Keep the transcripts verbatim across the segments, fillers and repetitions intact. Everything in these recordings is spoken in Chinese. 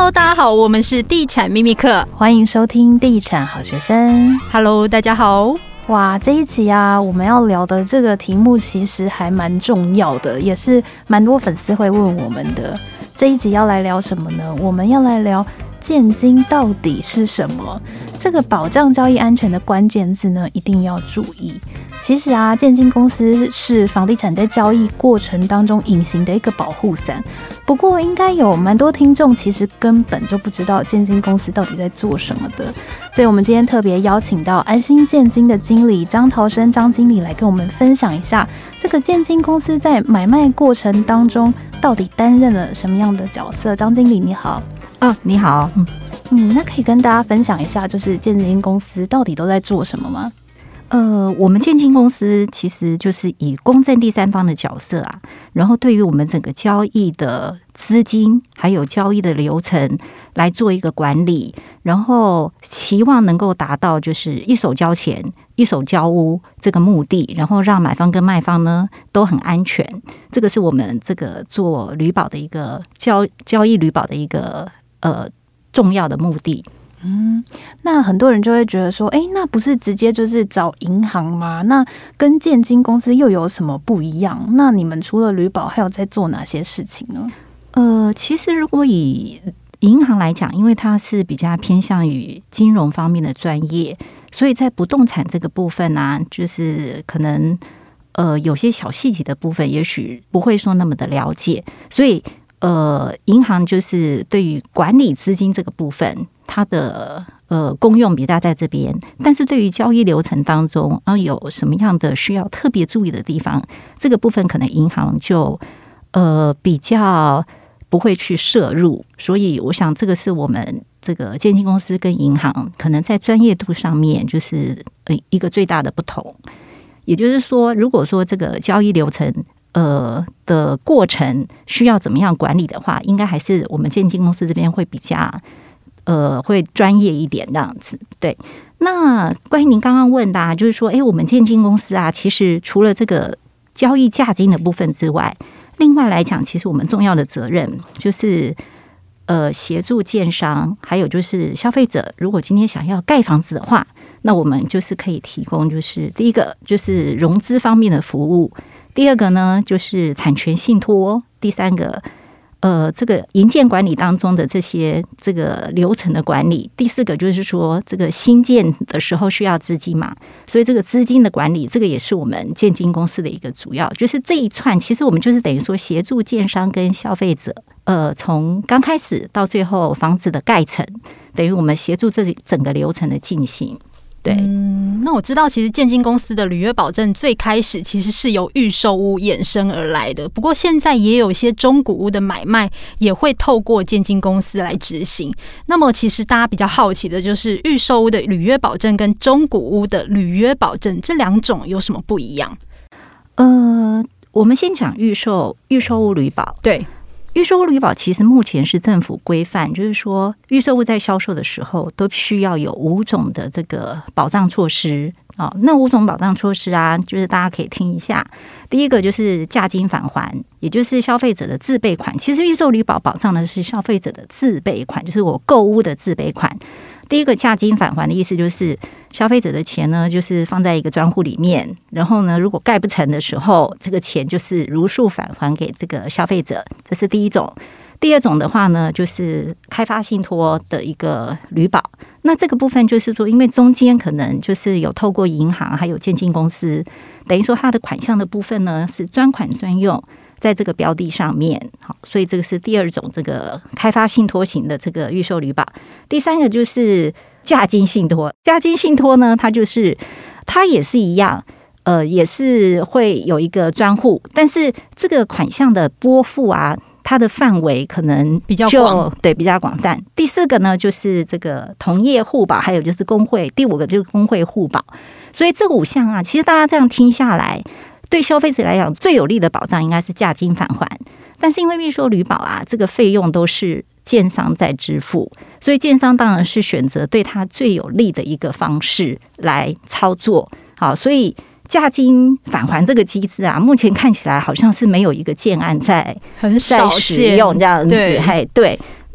Hello， 大家好，我们是地产秘密课， 欢迎收听地产好学生。 Hello， 大家好。 哇，这一集啊，我们要聊的这个题目其实还蛮重要的，也是蛮多粉丝会问我们的。这一集要来聊什么呢？我们要来聊建金到底是什么？这个保障交易安全的关键字呢，一定要注意。其实啊，建金公司是房地产在交易过程当中隐形的一个保护伞。不过，应该有蛮多听众其实根本就不知道建金公司到底在做什么的。所以我们今天特别邀请到安心建金的经理张陶生张经理来跟我们分享一下，这个建金公司在买卖过程当中到底担任了什么样的角色。张经理你好。 哦，你好。 嗯嗯，那可以跟大家分享一下，就是建金公司到底都在做什么吗？ 呃，我们建金公司其实就是以公正第三方的角色啊，然后对于我们整个交易的资金还有交易的流程来做一个管理，然后期望能够达到就是一手交钱一手交屋这个目的，然后让买方跟卖方呢都很安全。这个是我们这个做旅保的一个交交易旅保的一个呃重要的目的。 嗯，那很多人就会觉得说，哎、欸，那不是直接就是找银行吗？那跟建金公司又有什么不一样？那你们除了旅保，还有在做哪些事情呢？ 呃，其实如果以银行来讲，因为它是比较偏向于金融方面的专业，所以在不动产这个部分啊，就是可能呃有些小细节的部分，也许不会说那么的了解，所以呃，银行就是对于管理资金这个部分，它的呃功用比较在这边，但是对于交易流程当中啊有什么样的需要特别注意的地方，这个部分可能银行就呃比较不会去涉入，所以我想这个是我们这个建金公司跟银行可能在专业度上面就是呃一个最大的不同。也就是说，如果说这个交易流程呃的过程需要怎么样管理的话，应该还是我们建金公司这边会比较呃会专业一点这样子。对，那关于您刚刚问的、啊，就是说，哎，我们建金公司啊，其实除了这个交易价金的部分之外，另外来讲，其实我们重要的责任就是呃协助建商，还有就是消费者，如果今天想要盖房子的话，那我们就是可以提供，就是第一个就是融资方面的服务。第二个呢，就是产权信托；第三个，呃，这个营建管理当中的这些这个流程的管理；第四个就是说，这个新建的时候需要资金嘛，所以这个资金的管理，这个也是我们建金公司的一个主要，就是这一串，其实我们就是等于说协助建商跟消费者，呃，从刚开始到最后房子的盖成，等于我们协助这整个流程的进行。对， 嗯，那我知道，其实建金公司的履约保证最开始其实是由预售屋衍生而来的，不过现在也有一些中古屋的买卖也会透过建金公司来执行。那么，其实大家比较好奇的就是，预售屋的履约保证跟中古屋的履约保证这两种有什么不一样？ 呃，我们先讲预售预售屋履保， 对。 预售屋履保其实目前是政府规范，就是说预售屋在销售的时候都需要有五种的这个保障措施。哦，那五种保障措施啊，就是大家可以听一下。第一个就是价金返还，也就是消费者的自备款。其实预售履保保障的是消费者的自备款，就是我购屋的自备款。第一个价金返还的意思就是消费者的钱呢，就是放在一个专户里面，然后呢，如果盖不成的时候，这个钱就是如数返还给这个消费者，这是第一种。第二种的话呢，就是开发信托的一个履保。那这个部分就是说，因为中间可能就是有透过银行还有建金公司，等于说它的款项的部分呢是专款专用在这个标的上面，好，所以这个是第二种这个开发信托型的这个预售履保。第三个就是价金信托，价金信托呢，它就是它也是一样。呃，也是会有一个专户，但是这个款项的拨付啊，它的范围可能比较广， 对，比较广泛。第四个呢，就是这个同业互保，还有就是工会。第五个就是工会互保。所以这五项啊，其实大家这样听下来，对消费者来讲最有利的保障应该是价金返还。但是因为预售履保啊，这个费用都是建商在支付，所以建商当然是选择对他最有利的一个方式来操作。好，所以价金返还这个机制啊，目前看起来好像是没有一个建案在很少在使用这样子。 对， 嘿，对。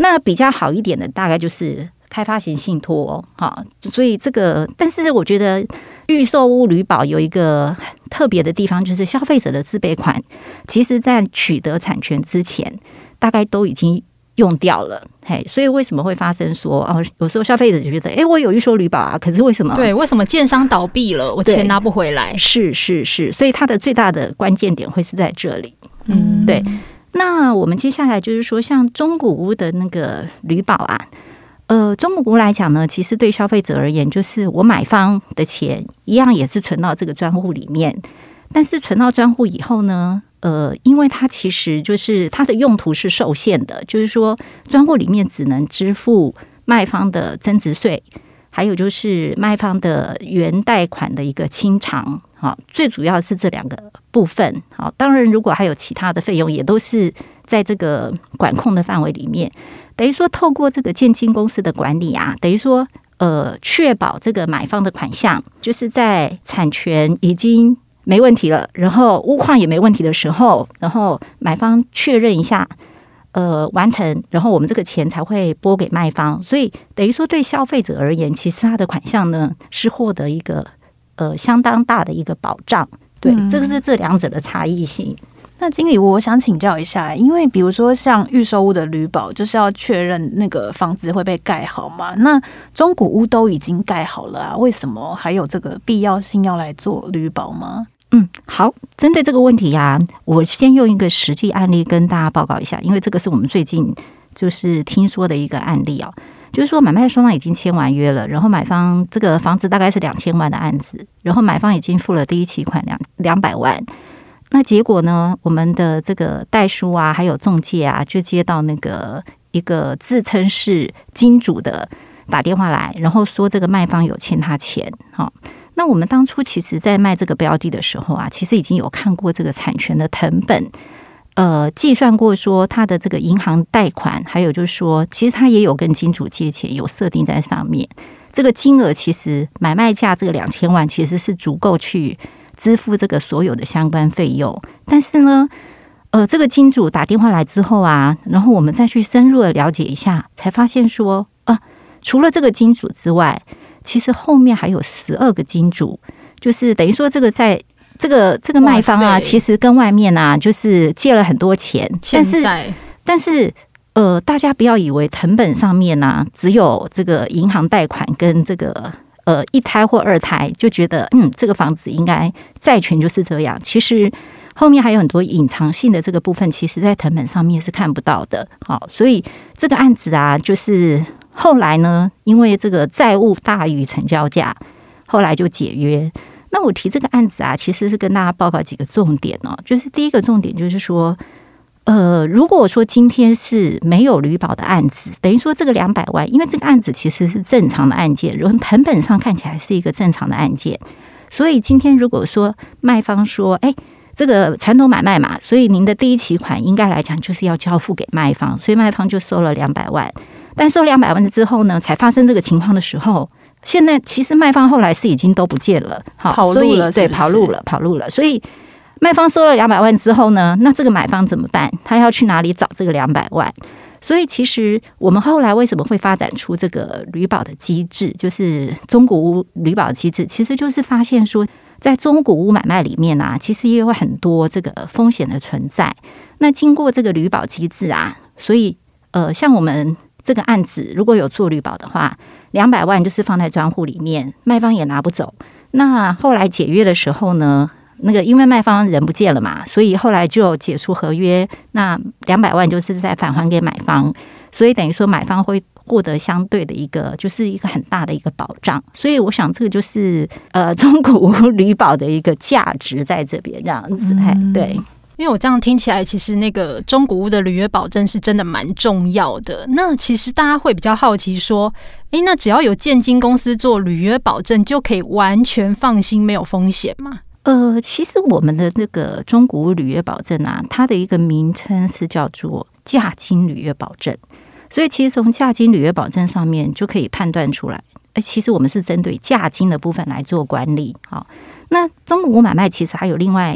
那比较好一点的大概就是开发型信托，哈，所以这个，但是我觉得预售屋旅保有一个特别的地方，就是消费者的自备款，其实在取得产权之前，大概都已经用掉了，嘿，所以为什么会发生说哦，有时候消费者就觉得，哎，我有预售旅保啊，可是为什么？ 对，为什么建商倒闭了，我钱拿不回来？ 是是是，所以它的最大的关键点会是在这里， 嗯， 对。那我们接下来就是说，像中古屋的那个旅保啊，呃，中古屋来讲呢，其实对消费者而言，就是我买方的钱一样也是存到这个专户里面，但是存到专户以后呢，呃，因为它其实就是它的用途是受限的，就是说专户里面只能支付卖方的增值税，还有就是卖方的原贷款的一个清偿，好，最主要是这两个部分。好，当然如果还有其他的费用，也都是在这个管控的范围里面。等于说，透过这个建金公司的管理啊，等于说，呃，确保这个买方的款项，就是在产权已经没问题了，然后屋况也没问题的时候，然后买方确认一下。呃，完成，然后我们这个钱才会拨给卖方，所以等于说对消费者而言，其实他的款项呢是获得一个呃相当大的一个保障，对，嗯、这个是这两者的差异性。 那经理，我想请教一下，因为比如说像预售屋的旅保，就是要确认那个房子会被盖好嘛，那中古屋都已经盖好了啊，为什么还有这个必要性要来做旅保吗？ 嗯，好，针对这个问题呀、啊，我先用一个实际案例跟大家报告一下，因为这个是我们最近就是听说的一个案例哦，就是说买卖双方已经签完约了，然后买方这个房子大概是两千万的案子，然后买方已经付了第一期款两两百万，那结果呢，我们的这个代书啊，还有仲介啊，就接到那个一个自称是金主的打电话来，然后说这个卖方有欠他钱，好。那我们当初其实在卖这个标的的时候啊，其实已经有看过这个产权的成本，呃，计算过说他的这个银行贷款，还有就是说，其实他也有跟金主借钱，有设定在上面。这个金额其实买卖价这个两千万其实是足够去支付这个所有的相关费用。但是呢，呃，这个金主打电话来之后啊，然后我们再去深入的了解一下，才发现说啊，除了这个金主之外，其实后面还有十二个金主，就是等于说这个在这个这个卖方啊，其实跟外面啊，就是借了很多钱，但是但是呃，大家不要以为成本上面啊，只有这个银行贷款跟这个呃一胎或二胎，就觉得嗯，这个房子应该债权就是这样。其实后面还有很多隐藏性的这个部分，其实在成本上面是看不到的。好，所以这个案子啊，就是。后来呢，因为这个债务大于成交价，后来就解约。那我提这个案子啊，其实是跟大家报告几个重点哦。就是第一个重点就是说，呃，如果说今天是没有旅保的案子，等于说这个两百万，因为这个案子其实是正常的案件，从成本上看起来是一个正常的案件，所以今天如果说卖方说，哎，这个传统买卖嘛，所以您的第一期款应该来讲就是要交付给卖方，所以卖方就收了两百万。但收两百万之后呢，才发生这个情况的时候，现在其实卖方后来是已经都不见了，好， 跑路了， 对，跑路了，跑路了。所以卖方收了两百万之后呢，那这个买方怎么办？他要去哪里找这个两百万？所以其实我们后来为什么会发展出这个旅保的机制，就是中古屋旅保机制，其实就是发现说，在中古屋买卖里面啊，其实也有很多这个风险的存在。那经过这个旅保机制啊，所以呃，像我们。这个案子如果有做旅保的话，两百万就是放在专户里面，卖方也拿不走。那后来解约的时候呢，那个因为卖方人不见了嘛，所以后来就解除合约，那两百万就是再返还给买方，所以等于说买方会获得相对的一个，就是一个很大的一个保障。所以我想这个就是呃中古屋旅保的一个价值在这边这样子，嗯、对。 因为我这样听起来，其实那个中古屋的履约保证是真的蛮重要的。那其实大家会比较好奇说，诶，那只要有建金公司做履约保证，就可以完全放心没有风险吗？ 呃，其实我们的这个中古屋履约保证啊，它的一个名称是叫做价金履约保证。所以其实从价金履约保证上面就可以判断出来，哎，其实我们是针对价金的部分来做管理。好，那中古屋买卖其实还有另外。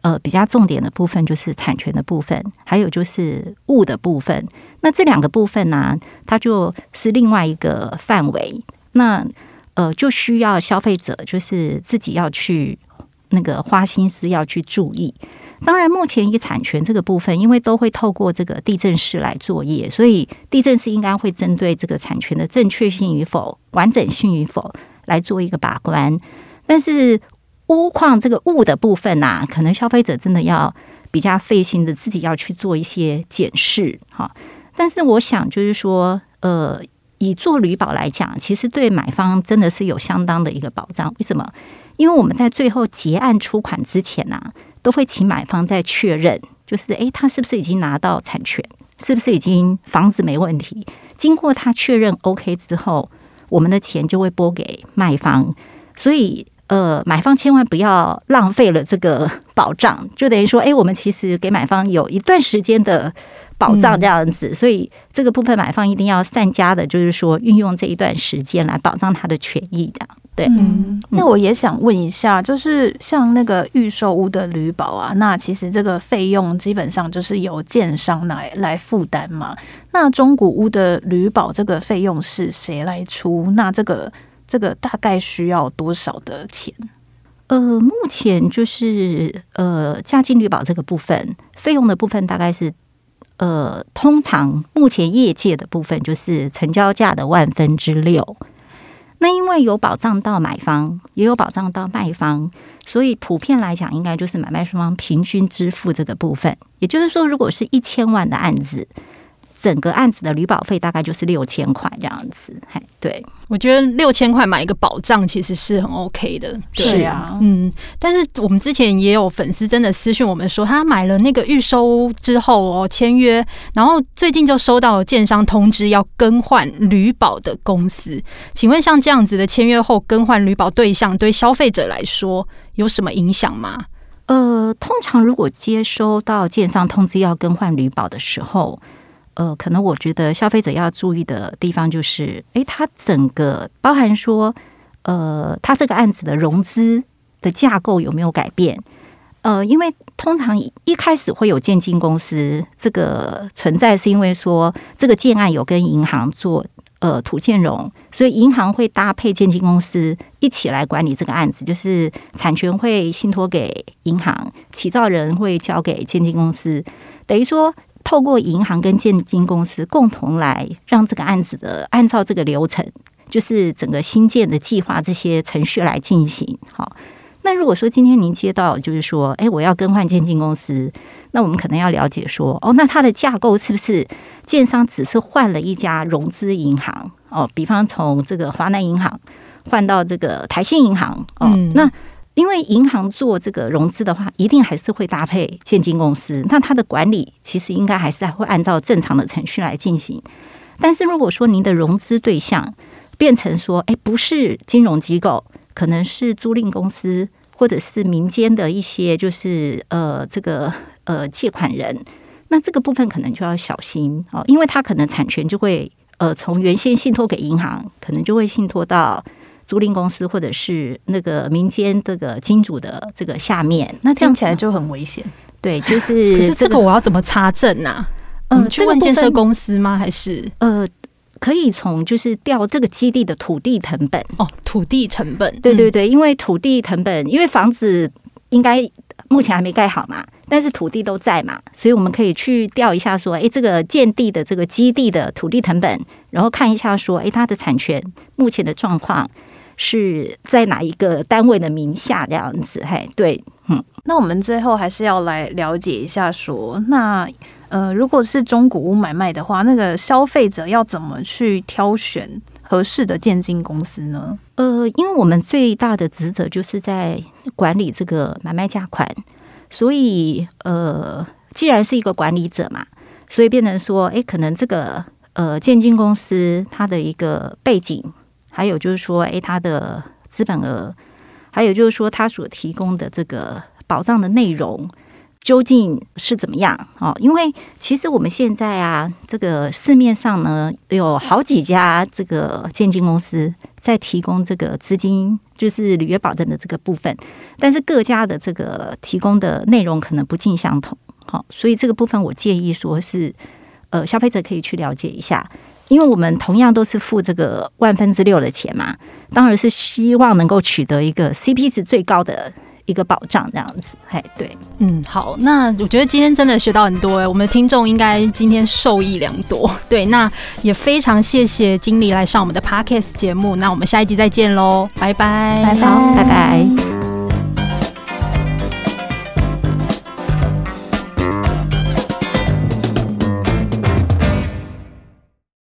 呃比较重点的部分就是产权的部分，还有就是物的部分。那这两个部分呢、啊，它就是另外一个范围。那呃就需要消费者就是自己要去那个花心思要去注意。当然，目前以产权这个部分，因为都会透过这个地政士来作业，所以地政士应该会针对这个产权的正确性与否、完整性与否来做一个把关。但是屋况这个物的部分啊，可能消费者真的要比较费心的自己要去做一些检视哈。但是我想就是说，呃，以做旅保来讲，其实对买方真的是有相当的一个保障。为什么？因为我们在最后结案出款之前啊，都会请买方再确认，就是诶，他是不是已经拿到产权，是不是已经房子没问题。经过他确认 OK 之后，我们的钱就会拨给卖方。所以呃，买方千万不要浪费了这个保障，就等于说，诶，我们其实给买方有一段时间的保障这样子，所以这个部分买方一定要善加的，就是说运用这一段时间来保障他的权益的。对， 嗯，那我也想问一下，就是像那个预售屋的旅保啊，那其实这个费用基本上就是由建商来来负担嘛。那中古屋的旅保这个费用是谁来出？那这个这个大概需要多少的钱？ 呃，目前就是呃，价金旅保这个部分费用的部分大概是呃，通常目前业界的部分就是成交价的万分之六。那因为有保障到买方，也有保障到卖方，所以普遍来讲，应该就是买卖双方平均支付这个部分。也就是说，如果是一千万的案子，整个案子的旅保费大概就是六千块这样子。对， 我觉得六千块买一个保障其实是很 OK 的。 对啊， 嗯，但是我们之前也有粉丝真的私讯我们说，他买了那个预售屋之后哦，签约，然后最近就收到了建商通知要更换旅保的公司。请问像这样子的签约后更换旅保对象，对消费者来说有什么影响吗？ 呃，通常如果接收到建商通知要更换旅保的时候，呃，可能我觉得消费者要注意的地方就是，诶，它整个包含说，呃，它这个案子的融资的架构有没有改变？呃，因为通常一开始会有建金公司这个存在，是因为说这个建案有跟银行做呃土建融，所以银行会搭配建金公司一起来管理这个案子，就是产权会信托给银行，起造人会交给建金公司，等于说透过银行跟建金公司共同来让这个案子的按照这个流程，就是整个新建的计划这些程序来进行。好，那如果说今天您接到就是说，哎，我要更换建金公司，那我们可能要了解说，哦，那它的架构是不是建商只是换了一家融资银行？哦，比方从这个华南银行换到这个台信银行，哦，嗯、那因为银行做这个融资的话，一定还是会搭配建金公司，那它的管理其实应该还是会按照正常的程序来进行。但是如果说您的融资对象变成说，哎，不是金融机构，可能是租赁公司，或者是民间的一些就是呃这个呃借款人，那这个部分可能就要小心哦，因为它可能产权就会呃从原先信托给银行，可能就会信托到租赁公司或者是那个民间这个金主的这个下面，那这样起来就很危险。 对，就是、这个、 可是这个我要怎么查证啊？嗯，去问建设公司吗？还是呃，可以从就是调这个基地的土地成本哦，土地成本， 对对对，因为土地成本，因为房子应该目前还没盖好嘛，但是土地都在嘛，所以我们可以去调一下说，哎，这个建地的这个基地的土地成本，然后看一下说，哎，它的产权目前的状况是在哪一个单位的名下这样子，嘿，对，嗯， 那我们最后还是要来了解一下说，那呃，如果是中古屋买卖的话，那个消费者要怎么去挑选合适的建金公司呢？ 呃，因为我们最大的职责就是在管理这个买卖价款，所以呃，既然是一个管理者嘛，所以变成说，哎，可能这个呃建金公司它的一个背景，还有就是说，哎，它的资本额，还有就是说它所提供的这个保障的内容究竟是怎么样？哦，因为其实我们现在啊，这个市面上呢有好几家这个建金公司， 在提供这个资金，就是履约保证的这个部分，但是各家的这个提供的内容可能不尽相同。好，所以这个部分我建议说是，呃，消费者可以去了解一下，因为我们同样都是付这个万分之六的钱嘛，当然是希望能够取得一个 C P 值最高的一个保障，这样子。哎，对， 嗯，好，那我觉得今天真的学到很多哎，我们的听众应该今天受益良多。对，那也非常谢谢经理来上我们的 Podcast 节目，那我们下一集再见喽，拜拜， 拜拜， 好，拜拜。